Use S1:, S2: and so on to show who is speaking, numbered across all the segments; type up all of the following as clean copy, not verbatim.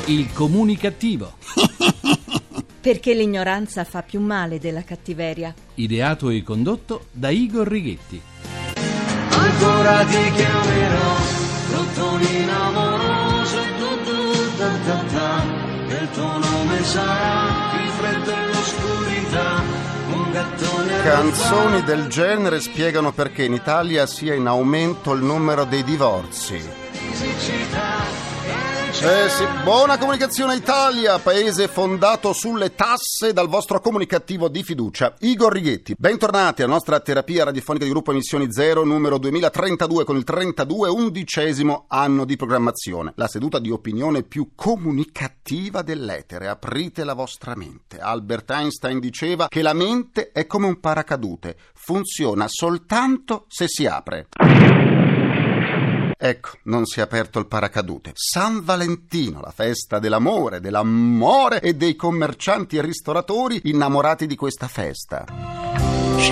S1: Il comunicativo.
S2: Perché l'ignoranza fa più male della cattiveria.
S1: Ideato e condotto da Igor Righetti.
S3: Ancora ti chiamerò, rottolina amorosa, il tuo nome sarà il freddo e l'oscurità, un gattone.
S4: Canzoni del genere spiegano perché in Italia sia in aumento il numero dei divorzi. Sì, buona comunicazione Italia, paese fondato sulle tasse dal vostro comunicativo di fiducia. Igor Righetti, bentornati alla nostra terapia radiofonica di gruppo Emissioni Zero, numero 2032, con il 32° anno di programmazione. La seduta di opinione più comunicativa dell'etere. Aprite la vostra mente. Albert Einstein diceva che la mente è come un paracadute, funziona soltanto se si apre. Ecco, non si è aperto il paracadute. San Valentino, la festa dell'amore e dei commercianti e ristoratori innamorati di questa festa. Je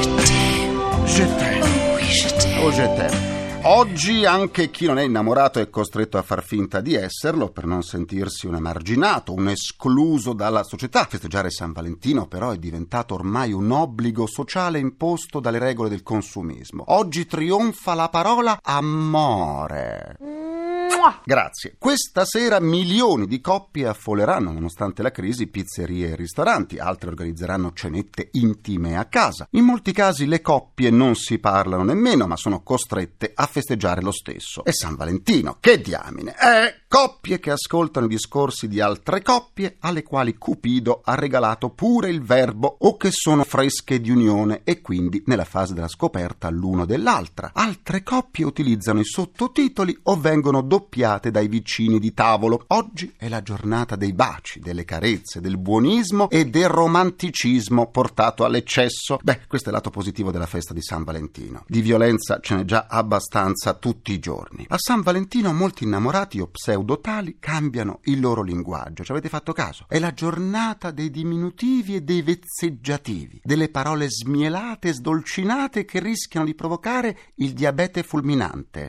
S4: t'aime. Oggi anche chi non è innamorato è costretto a far finta di esserlo per non sentirsi un emarginato, un escluso dalla società. Festeggiare San Valentino però è diventato ormai un obbligo sociale imposto dalle regole del consumismo. Oggi trionfa la parola amore. Grazie. Questa sera milioni di coppie affolleranno, nonostante la crisi, pizzerie e ristoranti. Altre organizzeranno cenette intime a casa. In molti casi le coppie non si parlano nemmeno, ma sono costrette a festeggiare lo stesso. È San Valentino, che diamine! Coppie che ascoltano i discorsi di altre coppie alle quali Cupido ha regalato pure il verbo, o che sono fresche di unione e quindi nella fase della scoperta l'uno dell'altra. Altre coppie utilizzano i sottotitoli o vengono doppiate dai vicini di tavolo. Oggi è la giornata dei baci, delle carezze, del buonismo e del romanticismo portato all'eccesso. Questo è il lato positivo della festa di San Valentino. Di violenza ce n'è già abbastanza tutti i giorni. A San Valentino molti innamorati o pseudotali cambiano il loro linguaggio. Ci avete fatto caso? È la giornata dei diminutivi e dei vezzeggiativi, delle parole smielate e sdolcinate che rischiano di provocare il diabete fulminante.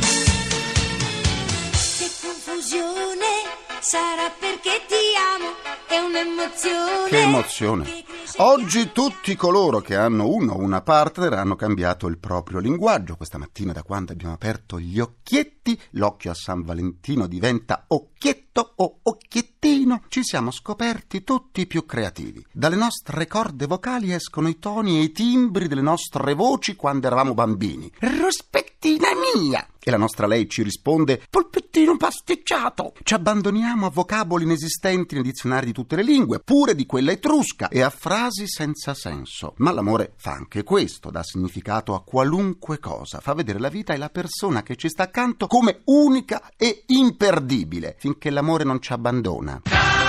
S5: Sarà perché ti amo, è un'emozione.
S4: Che emozione! Oggi tutti coloro che hanno uno o una partner hanno cambiato il proprio linguaggio. Questa mattina, da quando abbiamo aperto gli occhietti, l'occhio a San Valentino diventa occhietto o occhiettino. Ci siamo scoperti tutti più creativi. Dalle nostre corde vocali escono i toni e i timbri delle nostre voci quando eravamo bambini. Rospettina mia! E la nostra lei ci risponde polpettino pasticciato. Ci abbandoniamo a vocaboli inesistenti nei dizionari di tutte le lingue, pure di quella etrusca, e a frasi senza senso. Ma l'amore fa anche questo, dà significato a qualunque cosa, fa vedere la vita e la persona che ci sta accanto come unica e imperdibile, finché l'amore non ci abbandona.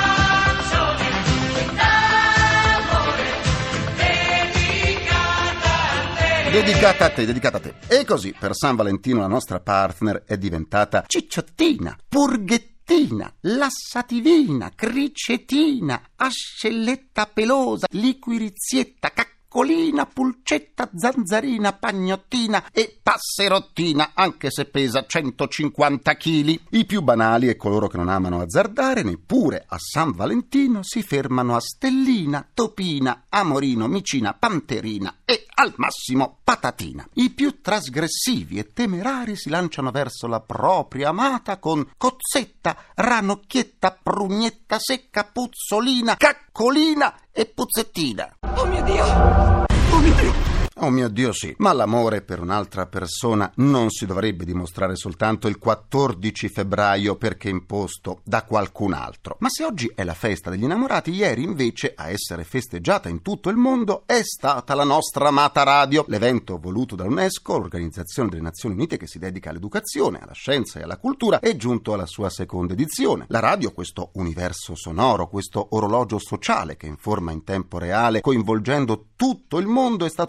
S4: Dedicata a te. E così per San Valentino la nostra partner è diventata cicciottina, purghettina, lassativina, cricetina, ascelletta pelosa, liquirizietta, caccolina, pulcetta, zanzarina, pagnottina e passerottina, anche se pesa 150 kg. I più banali e coloro che non amano azzardare, neppure a San Valentino, si fermano a stellina, topina, amorino, micina, panterina e al massimo patatina. I più trasgressivi e temerari si lanciano verso la propria amata con cozzetta, ranocchietta, prugnetta secca, puzzolina, caccolina e puzzettina.
S5: Oh mio Dio! Oh mio Dio!
S4: Oh mio Dio, sì, ma l'amore per un'altra persona non si dovrebbe dimostrare soltanto il 14 febbraio perché imposto da qualcun altro. Ma se oggi è la festa degli innamorati, ieri invece a essere festeggiata in tutto il mondo è stata la nostra amata radio, l'evento voluto dall'UNESCO, l'Organizzazione delle Nazioni Unite che si dedica all'educazione, alla scienza e alla cultura, è giunto alla sua seconda edizione. La radio, questo universo sonoro, questo orologio sociale che informa in tempo reale, coinvolgendo tutto il mondo, è stato lo strumento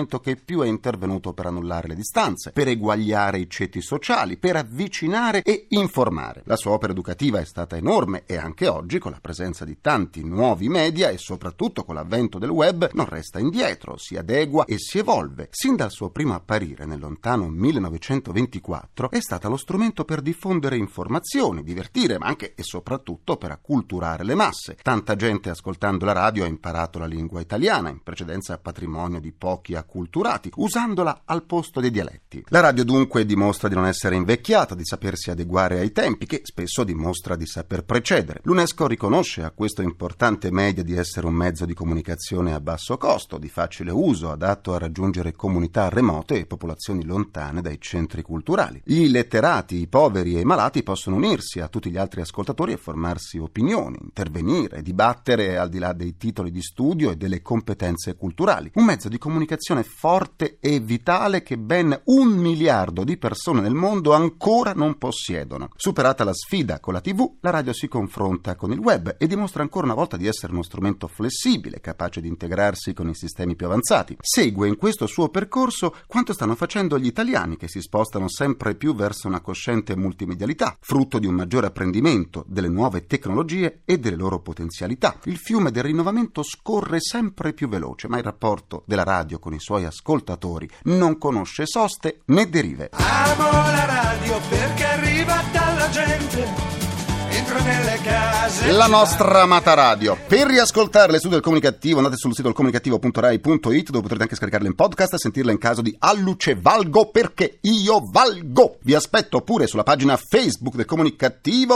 S4: strumento che più è intervenuto per annullare le distanze, per eguagliare i ceti sociali, per avvicinare e informare. La sua opera educativa è stata enorme e anche oggi, con la presenza di tanti nuovi media e soprattutto con l'avvento del web, non resta indietro, si adegua e si evolve. Sin dal suo primo apparire nel lontano 1924 è stata lo strumento per diffondere informazioni, divertire, ma anche e soprattutto per acculturare le masse. Tanta gente ascoltando la radio ha imparato la lingua italiana, in precedenza patrimonio di pochi acculturati, usandola al posto dei dialetti. La radio dunque dimostra di non essere invecchiata, di sapersi adeguare ai tempi, che spesso dimostra di saper precedere. L'UNESCO riconosce a questo importante media di essere un mezzo di comunicazione a basso costo, di facile uso, adatto a raggiungere comunità remote e popolazioni lontane dai centri culturali. Gli illetterati, i poveri e i malati possono unirsi a tutti gli altri ascoltatori e formarsi opinioni, intervenire, dibattere al di là dei titoli di studio e delle competenze culturali. Un mezzo di comunicazione forte e vitale che ben 1 miliardo di persone nel mondo ancora non possiedono. Superata la sfida con la TV, la radio si confronta con il web e dimostra ancora una volta di essere uno strumento flessibile, capace di integrarsi con i sistemi più avanzati. Segue in questo suo percorso quanto stanno facendo gli italiani, che si spostano sempre più verso una cosciente multimedialità, frutto di un maggiore apprendimento delle nuove tecnologie e delle loro potenzialità. Il fiume del rinnovamento scorre sempre più veloce, ma il rapporto della radio con i suoi ascoltatori non conosce soste né derive.
S3: Amo la radio perché arriva dalla gente, entra nelle case.
S4: La nostra amata radio. Per riascoltarle su del Comunicativo andate sul sito ilcomunicativo.rai.it, dove potrete anche scaricarle in podcast e sentirle in caso di Alluce Valgo perché io valgo. Vi aspetto pure sulla pagina Facebook del Comunicativo,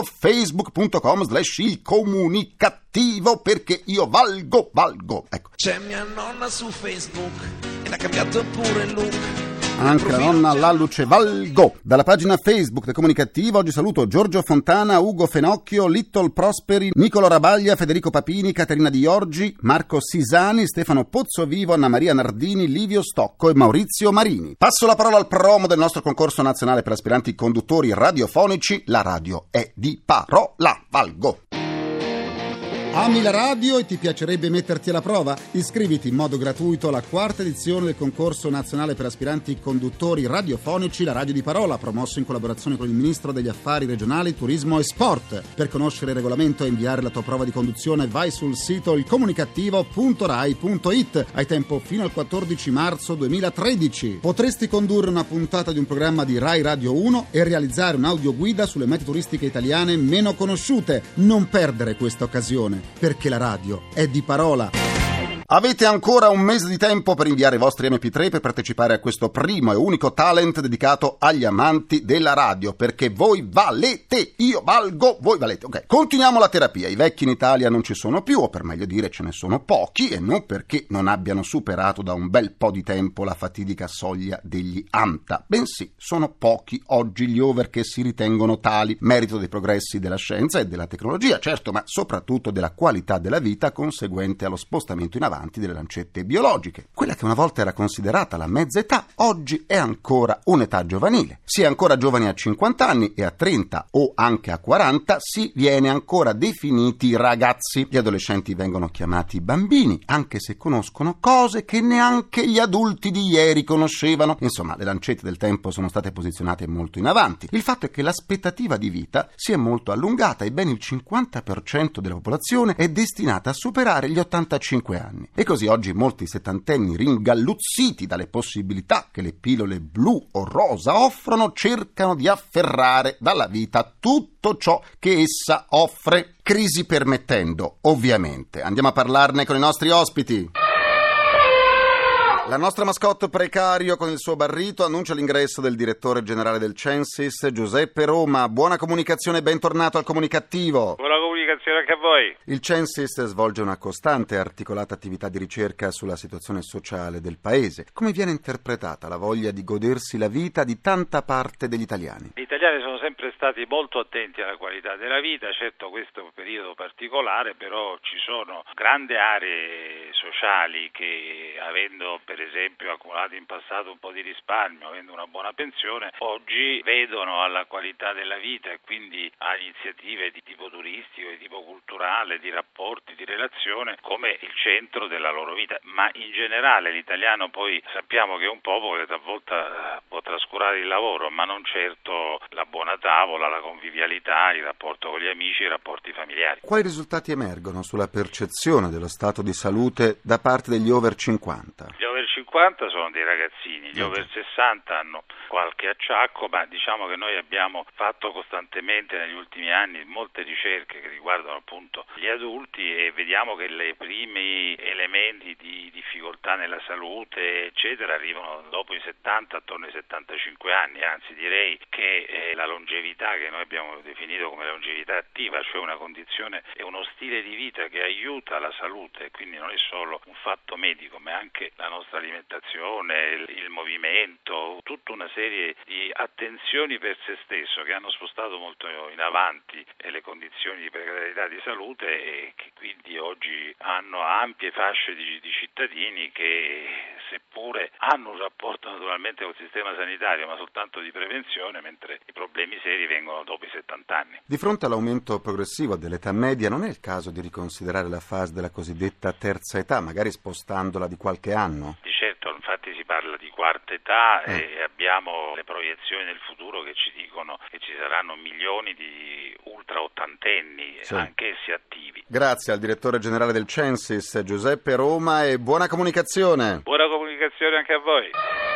S4: facebook.com/ilcomunicativo perché io valgo. Ecco.
S3: C'è mia nonna su Facebook e l'ha cambiato pure il look.
S4: Anche la nonna Lalluce Valgo. Dalla pagina Facebook del Comunicativo oggi saluto Giorgio Fontana, Ugo Fenocchio, Little Prosperi, Nicolo Rabaglia, Federico Papini, Caterina Di Giorgi, Marco Sisani, Stefano Pozzovivo, Anna Maria Nardini, Livio Stocco e Maurizio Marini. Passo la parola al promo del nostro concorso nazionale per aspiranti conduttori radiofonici. La radio è di parola. Valgo. Ami la radio e ti piacerebbe metterti alla prova? Iscriviti in modo gratuito alla 4ª edizione del concorso nazionale per aspiranti conduttori radiofonici La Radio di Parola, promosso in collaborazione con il Ministro degli Affari Regionali, Turismo e Sport. Per conoscere il regolamento e inviare la tua prova di conduzione vai sul sito ilcomunicativo.rai.it. Hai tempo fino al 14 marzo 2013. Potresti condurre una puntata di un programma di Rai Radio 1 e realizzare un'audioguida sulle mete turistiche italiane meno conosciute. Non perdere questa occasione, perché la radio è di parola. Avete ancora un mese di tempo per inviare i vostri MP3 per partecipare a questo primo e unico talent dedicato agli amanti della radio, perché voi valete, io valgo, voi valete. Ok, continuiamo la terapia. I vecchi in Italia non ci sono più, o per meglio dire ce ne sono pochi, e non perché non abbiano superato da un bel po' di tempo la fatidica soglia degli AMTA, bensì sono pochi oggi gli over che si ritengono tali, merito dei progressi della scienza e della tecnologia, certo, ma soprattutto della qualità della vita conseguente allo spostamento in avanti delle lancette biologiche. Quella che una volta era considerata la mezza età, oggi è ancora un'età giovanile. Si è ancora giovani a 50 anni e a 30 o anche a 40 si viene ancora definiti ragazzi. Gli adolescenti vengono chiamati bambini, anche se conoscono cose che neanche gli adulti di ieri conoscevano. Insomma, le lancette del tempo sono state posizionate molto in avanti. Il fatto è che l'aspettativa di vita si è molto allungata e ben il 50% della popolazione è destinata a superare gli 85 anni. E così oggi molti settantenni, ringalluzziti dalle possibilità che le pillole blu o rosa offrono, cercano di afferrare dalla vita tutto ciò che essa offre, crisi permettendo, ovviamente. Andiamo a parlarne con i nostri ospiti. La nostra mascotte precario con il suo barrito annuncia l'ingresso del direttore generale del Censis, Giuseppe Roma. Buona comunicazione e bentornato al Comunicativo.
S6: Buona comunicazione anche a voi.
S4: Il Censis svolge una costante e articolata attività di ricerca sulla situazione sociale del paese. Come viene interpretata la voglia di godersi la vita di tanta parte degli italiani?
S6: Gli italiani sono sempre stati molto attenti alla qualità della vita, certo questo è un periodo particolare, però ci sono grandi aree sociali che, avendo per esempio accumulato in passato un po' di risparmio, avendo una buona pensione, oggi vedono alla qualità della vita e quindi a iniziative di tipo turistico, di tipo culturale, di rapporti, di relazione, come il centro della loro vita. Ma in generale l'italiano poi sappiamo che è un popolo che talvolta può trascurare il lavoro, ma non certo la buona tavola, la convivialità, il rapporto con gli amici, i rapporti familiari.
S4: Quali risultati emergono sulla percezione dello stato di salute da parte degli over 50?
S6: Gli over 50 sono dei ragazzini, gli over 60 hanno qualche acciacco, ma diciamo che noi abbiamo fatto costantemente negli ultimi anni molte ricerche che riguardano appunto gli adulti e vediamo che i primi elementi di difficoltà nella salute eccetera arrivano dopo i 70, attorno ai 75 anni, anzi direi che la longevità che noi abbiamo definito come longevità attiva, cioè una condizione e uno stile di vita che aiuta la salute, quindi non è solo un fatto medico ma anche la nostra alimentazione, il movimento, tutta una serie di attenzioni per se stesso che hanno spostato molto in avanti le condizioni di precarietà di salute e che quindi oggi hanno ampie fasce di cittadini che seppure hanno un rapporto naturalmente col sistema sanitario ma soltanto di prevenzione, mentre i problemi seri vengono dopo i 70 anni.
S4: Di fronte all'aumento progressivo dell'età media non è il caso di riconsiderare la fase della cosiddetta terza età, magari spostandola di qualche anno?
S6: Di certo, infatti si parla di quarta età e abbiamo le proiezioni del futuro che ci dicono che ci saranno milioni di ultra ottantenni, anch'essi attivi.
S4: Grazie al direttore generale del Censis, Giuseppe Roma, e buona comunicazione.
S6: Buona comunicazione anche a voi.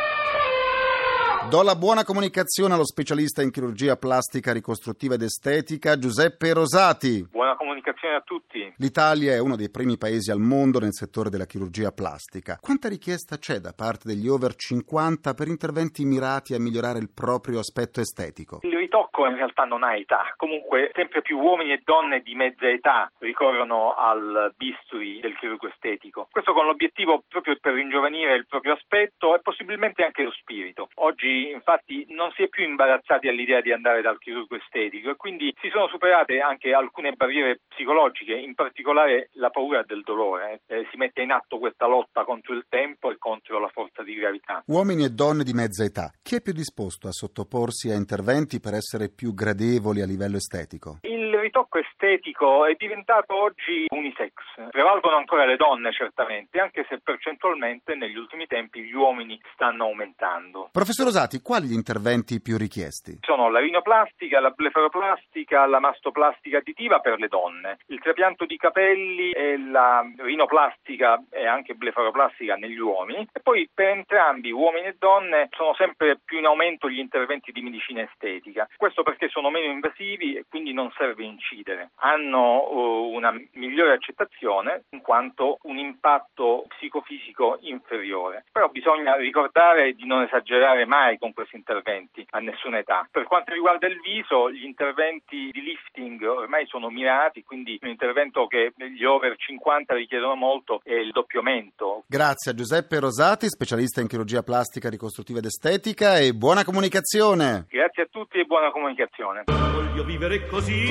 S4: Do la buona comunicazione allo specialista in chirurgia plastica, ricostruttiva ed estetica, Giuseppe Rosati.
S7: Buona comunicazione a tutti.
S4: L'Italia è uno dei primi paesi al mondo nel settore della chirurgia plastica. Quanta richiesta c'è da parte degli over 50 per interventi mirati a migliorare il proprio aspetto estetico?
S7: Il ritocco in realtà non ha età. Comunque sempre più uomini e donne di mezza età ricorrono al bisturi del chirurgo estetico. Questo con l'obiettivo proprio per ringiovanire il proprio aspetto e possibilmente anche lo spirito. Oggi infatti non si è più imbarazzati all'idea di andare dal chirurgo estetico e quindi si sono superate anche alcune barriere psicologiche, in particolare la paura del dolore. Si mette in atto questa lotta contro il tempo e contro la forza di gravità.
S4: Uomini e donne di mezza età, chi è più disposto a sottoporsi a interventi per essere più gradevoli a livello estetico?
S7: Il ritocco estetico è diventato oggi unisex. Prevalgono ancora le donne certamente, anche se percentualmente negli ultimi tempi gli uomini stanno aumentando.
S4: Professor Rosati, quali gli interventi più richiesti?
S7: Sono la rinoplastica, la blefaroplastica, la mastoplastica additiva per le donne, il trapianto di capelli e la rinoplastica e anche blefaroplastica negli uomini, e poi per entrambi, uomini e donne, sono sempre più in aumento gli interventi di medicina estetica. Questo perché sono meno invasivi e quindi non serve incidere. Hanno una migliore accettazione in quanto un impatto psicofisico inferiore. Però bisogna ricordare di non esagerare mai con questi interventi a nessuna età. Per quanto riguarda il viso, gli interventi di lifting ormai sono mirati, quindi un intervento che gli over 50 richiedono molto è il doppiamento.
S4: Grazie a Giuseppe Rosati, specialista in chirurgia plastica, ricostruttiva ed estetica, e buona comunicazione.
S7: Grazie a tutti e buona comunicazione.
S8: Voglio vivere così,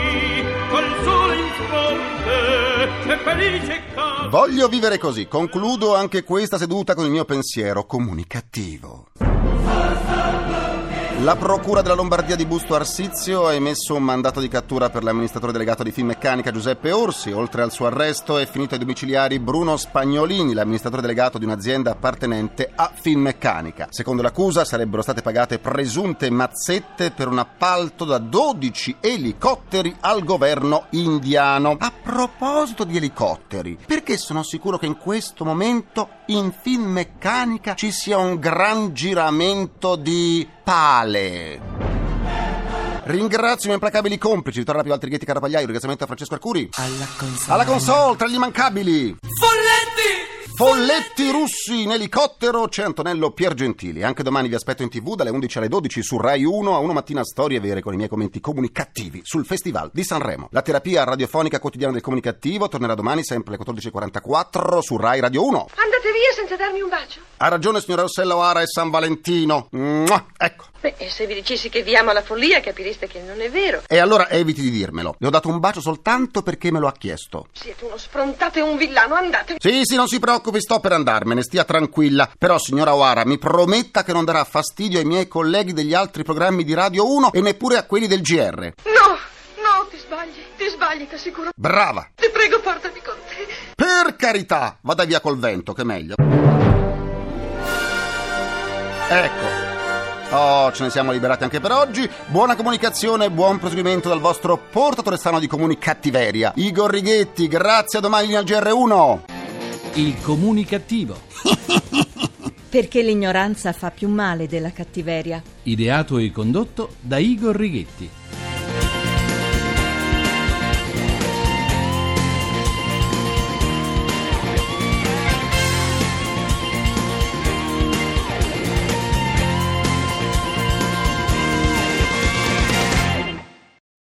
S8: col sole in fronte, e felice e calmo.
S4: Voglio vivere così. Concludo anche questa seduta con il mio pensiero comunicativo. La Procura della Lombardia di Busto Arsizio ha emesso un mandato di cattura per l'amministratore delegato di Finmeccanica Giuseppe Orsi. Oltre al suo arresto è finito ai domiciliari Bruno Spagnolini, l'amministratore delegato di un'azienda appartenente a Finmeccanica. Secondo l'accusa sarebbero state pagate presunte mazzette per un appalto da 12 elicotteri al governo indiano. A proposito di elicotteri, perché sono sicuro che in questo momento in Finmeccanica ci sia un gran giramento di pale. Ringrazio i miei implacabili complici, ritorna più altri Ghetti Carapagliai, un ringraziamento a Francesco Arcuri. Alla console, tra gli immancabili Folletti russi in elicottero, c'è Antonello Piergentili. Anche domani vi aspetto in TV dalle 11 alle 12 su Rai 1 a 1 mattina, storie vere con i miei commenti comunicativi sul Festival di Sanremo. La terapia radiofonica quotidiana del comunicativo tornerà domani sempre alle 14.44 su Rai Radio 1.
S9: Andate via senza darmi un bacio.
S4: Ha ragione signora Rossella O'Hara, è San Valentino. Ecco.
S9: Beh, se vi dicessi che vi amo alla follia capireste che non è vero.
S4: E allora eviti di dirmelo. Le ho dato un bacio soltanto perché me lo ha chiesto.
S9: Siete uno sfrontato e un villano, andate.
S4: Sì, non si preoccupi, sto per andarmene, stia tranquilla. Però signora O'Hara, mi prometta che non darà fastidio ai miei colleghi degli altri programmi di Radio 1 e neppure a quelli del GR.
S9: No, ti sbagli. sbagli, t'assicuro.
S4: Brava!
S9: Ti prego, portami con te.
S4: Per carità, vada via col vento, che è meglio. Ecco. Oh, ce ne siamo liberati anche per oggi. Buona comunicazione e buon proseguimento dal vostro portatore strano di comunicattiveria, Igor Righetti. Grazie, a domani al GR1.
S1: Il comunicativo.
S2: Perché l'ignoranza fa più male della cattiveria.
S1: Ideato e condotto da Igor Righetti.